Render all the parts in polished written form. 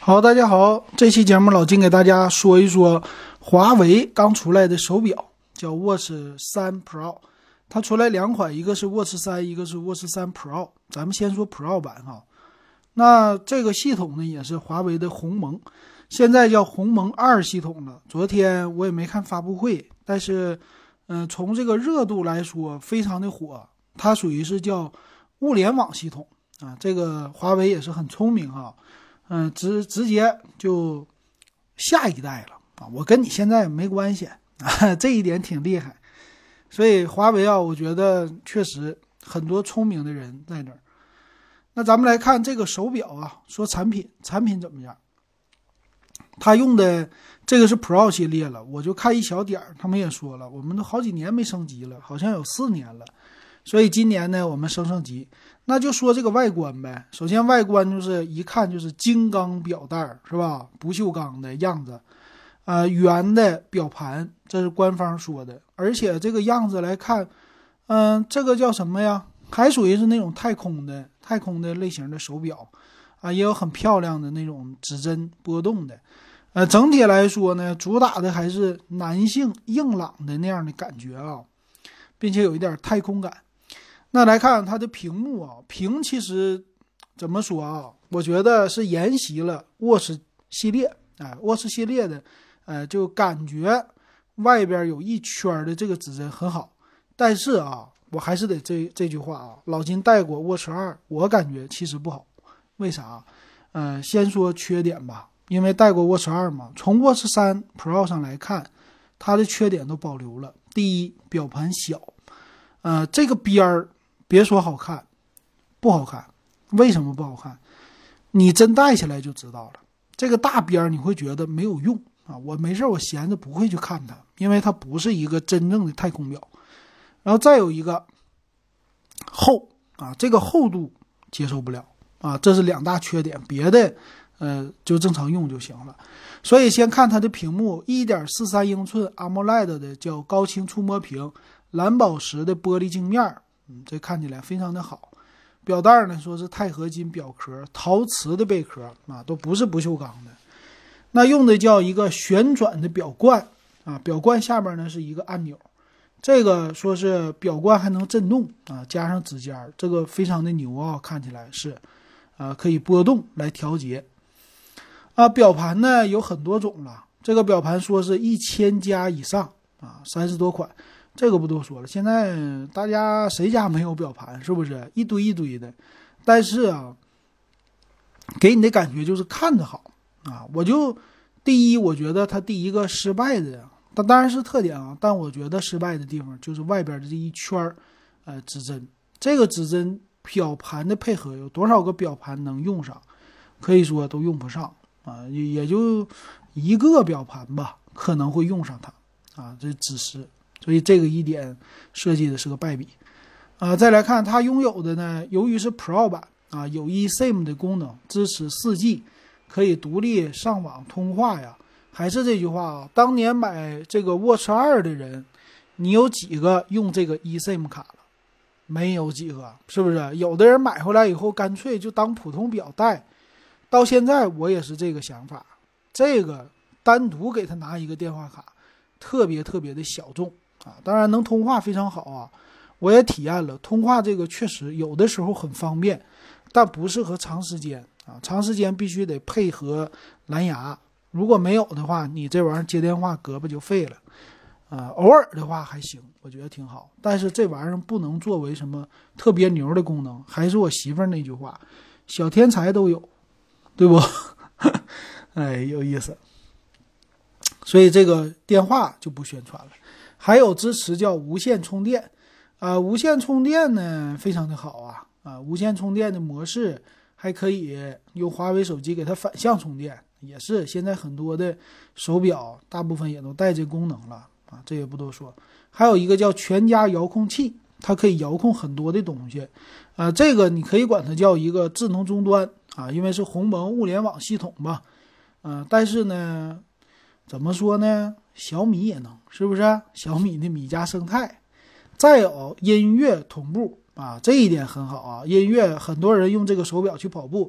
好，大家好，这期节目老金给大家说一说华为刚出来的手表，叫 Watch 3 Pro。它出来两款，一个是 Watch 3，一个是 Watch 3 Pro。咱们先说 Pro 版哈。那这个系统呢，也是华为的鸿蒙，现在叫鸿蒙2系统了。昨天我也没看发布会，但是从这个热度来说非常的火。它属于是叫物联网系统啊，这个华为也是很聪明哈。直接就下一代了啊！我跟你现在没关系啊，这一点挺厉害。所以华为啊，我觉得确实很多聪明的人在这儿。那咱们来看这个手表啊，说产品怎么样？它用的这个是 Pro 系列了，我就看一小点儿，他们也说了，我们都好几年没升级了，好像有4年了。所以今年呢，我们升级，那就说这个外观呗。首先外观就是一看就是金刚表带，是吧？不锈钢的样子，圆的表盘，这是官方说的。而且这个样子来看，这个叫什么呀？还属于是那种太空的类型的手表啊，也有很漂亮的那种指针波动的。整体来说呢，主打的还是男性硬朗的那样的感觉啊，并且有一点太空感。那来看它的屏幕啊，其实怎么说啊？我觉得是沿袭了 Watch 系列，Watch 系列的，就感觉外边有一圈的这个指针很好。但是啊，我还是得这句话啊，老金戴过 Watch 2，我感觉其实不好。为啥？先说缺点吧，因为戴过 Watch 2嘛，从 Watch 3 Pro 上来看，它的缺点都保留了。第一，表盘小，这个边儿。别说好看，不好看。为什么不好看？你真戴起来就知道了。这个大边你会觉得没有用啊！我没事我闲着不会去看它，因为它不是一个真正的太空表。然后再有一个厚啊，这个厚度接受不了啊，这是2大缺点。别的就正常用就行了。所以先看它的屏幕 1.43 英寸 AMOLED 的叫高清触摸屏，蓝宝石的玻璃镜面。这看起来非常的好。表带呢，说是钛合金表壳，陶瓷的贝壳啊，都不是不锈钢的。那用的叫一个旋转的表冠啊，表冠下边呢是一个按钮，这个说是表冠还能震动啊，加上指尖，这个非常的牛啊，看起来是可以波动来调节啊。表盘呢有很多种了，这个表盘说是1000加以上啊，30多款。这个不多说了，现在大家谁家没有表盘，是不是一堆一堆的？但是啊，给你的感觉就是看着好啊。第一，我觉得它第一个失败的，它当然是特点啊，但我觉得失败的地方就是外边的这一圈指针。这个指针表盘的配合有多少个表盘能用上？可以说都用不上啊，也就一个表盘吧，可能会用上它啊，这指示。所以这个一点设计的是个败笔再来看它拥有的呢，由于是 Pro 版啊，有 eSIM 的功能，支持 4G， 可以独立上网通话呀。还是这句话啊，当年买这个 Watch 2的人，你有几个用这个 eSIM 卡了？没有几个，是不是？有的人买回来以后干脆就当普通表带。到现在我也是这个想法，这个单独给他拿一个电话卡，特别特别的小众当然能通话非常好啊，我也体验了，通话这个确实有的时候很方便，但不适合长时间长时间必须得配合蓝牙，如果没有的话，你这玩意儿接电话胳膊就废了偶尔的话还行，我觉得挺好，但是这玩意儿不能作为什么特别牛的功能，还是我媳妇儿那句话，小天才都有，对不哎，有意思。所以这个电话就不宣传了。还有支持叫无线充电无线充电呢非常的好无线充电的模式还可以用华为手机给它反向充电，也是现在很多的手表大部分也都带这功能了这也不多说。还有一个叫全家遥控器，它可以遥控很多的东西这个你可以管它叫一个智能终端因为是鸿蒙物联网系统嘛但是呢怎么说呢，小米也能，是不是？小米的米家生态。再有音乐同步这一点很好音乐很多人用这个手表去跑步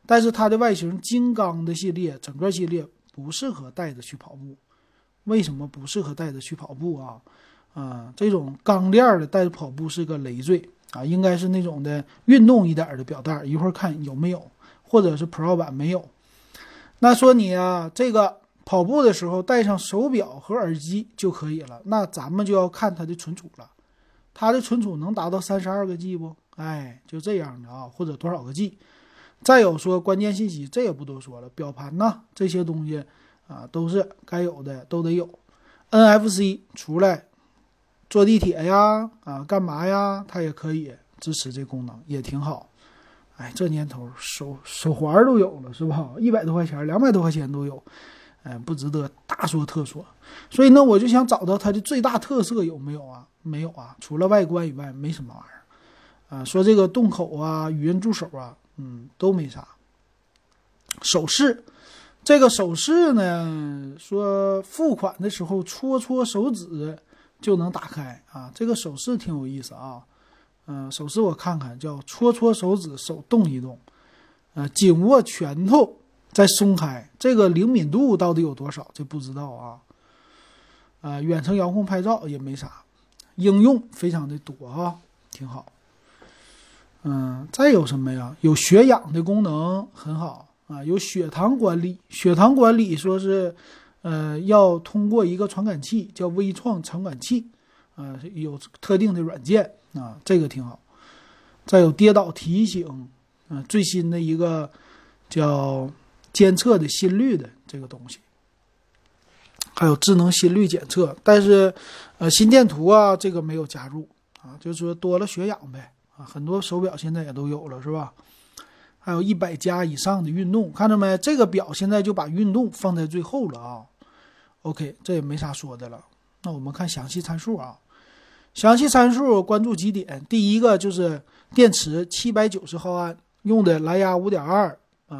但是它的外形金刚的系列，整个系列不适合带着去跑步。为什么不适合带着去跑步啊？这种钢链的带着跑步是个累赘啊，应该是那种的运动一点的表带，一会儿看有没有，或者是 Pro 版没有。那说你啊，这个跑步的时候带上手表和耳机就可以了，那咱们就要看它的存储了。它的存储能达到32个 G 不？就这样的啊，或者多少个 G？ 再有说关键信息，这也不多说了，表盘呐这些东西啊，都是该有的都得有。NFC 出来坐地铁呀干嘛呀，它也可以支持这功能，也挺好。这年头手环都有了是吧？100多块钱200多块钱都有，不值得大说特说。所以呢，我就想找到它的最大特色有没有啊？没有啊，除了外观以外没什么玩意儿说这个动口啊、语音助手啊，都没啥。手势，这个手势呢，说付款的时候戳戳手指就能打开啊，这个手势挺有意思啊。手势我看看，叫戳戳手指，手动一动，紧握拳头再松开，这个灵敏度到底有多少？这不知道啊。远程遥控拍照也没啥，应用非常的多啊，挺好。再有什么呀？有血氧的功能很好啊，有血糖管理，血糖管理说是要通过一个传感器叫微创传感器有特定的软件啊，这个挺好。再有跌倒提醒最新的一个叫监测的心率的这个东西，还有智能心率检测，但是心电图啊这个没有加入啊，就是说多了血氧呗啊，很多手表现在也都有了是吧？还有100加以上的运动，看到没？这个表现在就把运动放在最后了啊。OK， 这也没啥说的了。那我们看详细参数啊。详细参数关注几点，第一个就是电池790毫安，用的蓝牙 5.2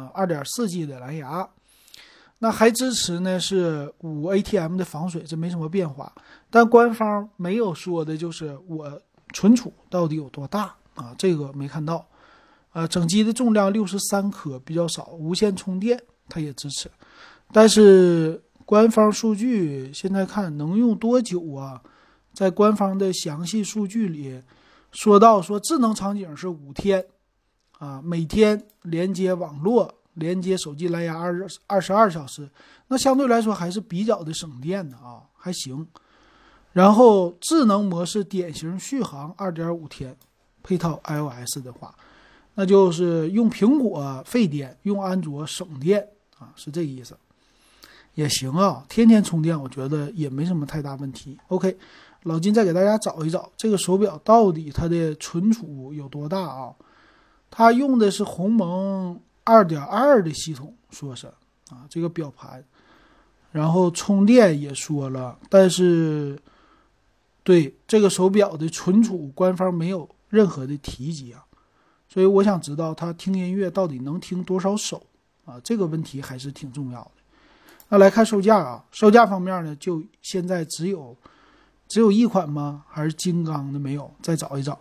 2.4G 的蓝牙，那还支持呢是5 ATM 的防水，这没什么变化。但官方没有说的就是我存储到底有多大啊，这个没看到。整机的重量63克，比较少，无线充电它也支持，但是官方数据现在看能用多久啊？在官方的详细数据里说到说智能场景是5天每天连接网络连接手机蓝牙22小时，那相对来说还是比较的省电的还行。然后智能模式典型续航 2.5 天，配套 iOS 的话那就是用苹果费电，用安卓省电是这个意思，也行天天充电我觉得也没什么太大问题。 OK，老金再给大家找一找这个手表到底它的存储有多大它用的是鸿蒙 2.2 的系统，说是这个表盘，然后充电也说了，但是对这个手表的存储官方没有任何的提及所以我想知道它听音乐到底能听多少首这个问题还是挺重要的。那来看售价售价方面呢，就现在只有一款吗？还是金刚的没有？再找一找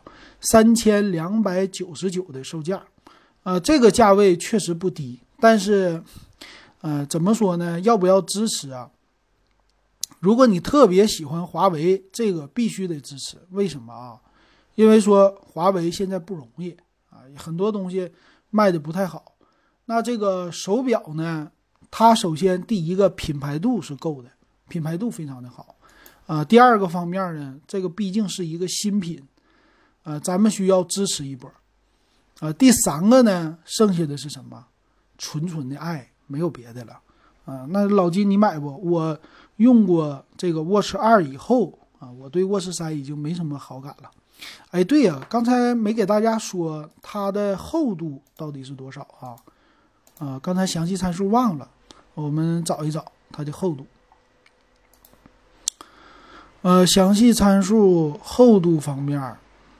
，3299的售价，这个价位确实不低，但是，怎么说呢？要不要支持如果你特别喜欢华为，这个必须得支持。为什么因为说华为现在不容易很多东西卖的不太好。那这个手表呢，它首先第一个品牌度是够的，品牌度非常的好。第二个方面呢，这个毕竟是一个新品，咱们需要支持一波。第三个呢，剩下的是什么？纯的爱，没有别的了。那老金你买不？我用过这个 Watch 2以后我对 Watch 3已经没什么好感了。对呀，刚才没给大家说它的厚度到底是多少刚才详细参数忘了，我们找一找它的厚度。详细参数厚度方面，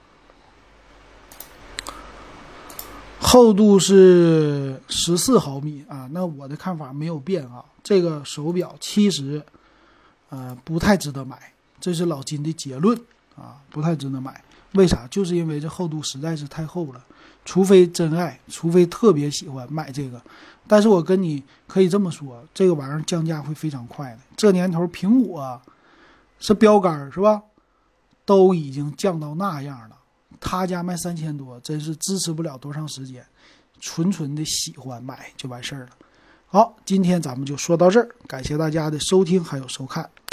厚度是14毫米那我的看法没有变这个手表其实不太值得买，这是老金的结论不太值得买。 为啥？就是因为这厚度实在是太厚了，除非真爱，除非特别喜欢买这个。但是我跟你可以这么说，这个玩意儿降价会非常快的。这年头苹果是标杆是吧？都已经降到那样了，他家卖3000多，真是支持不了多长时间，纯纯的喜欢买就完事儿了。好，今天咱们就说到这儿，感谢大家的收听还有收看。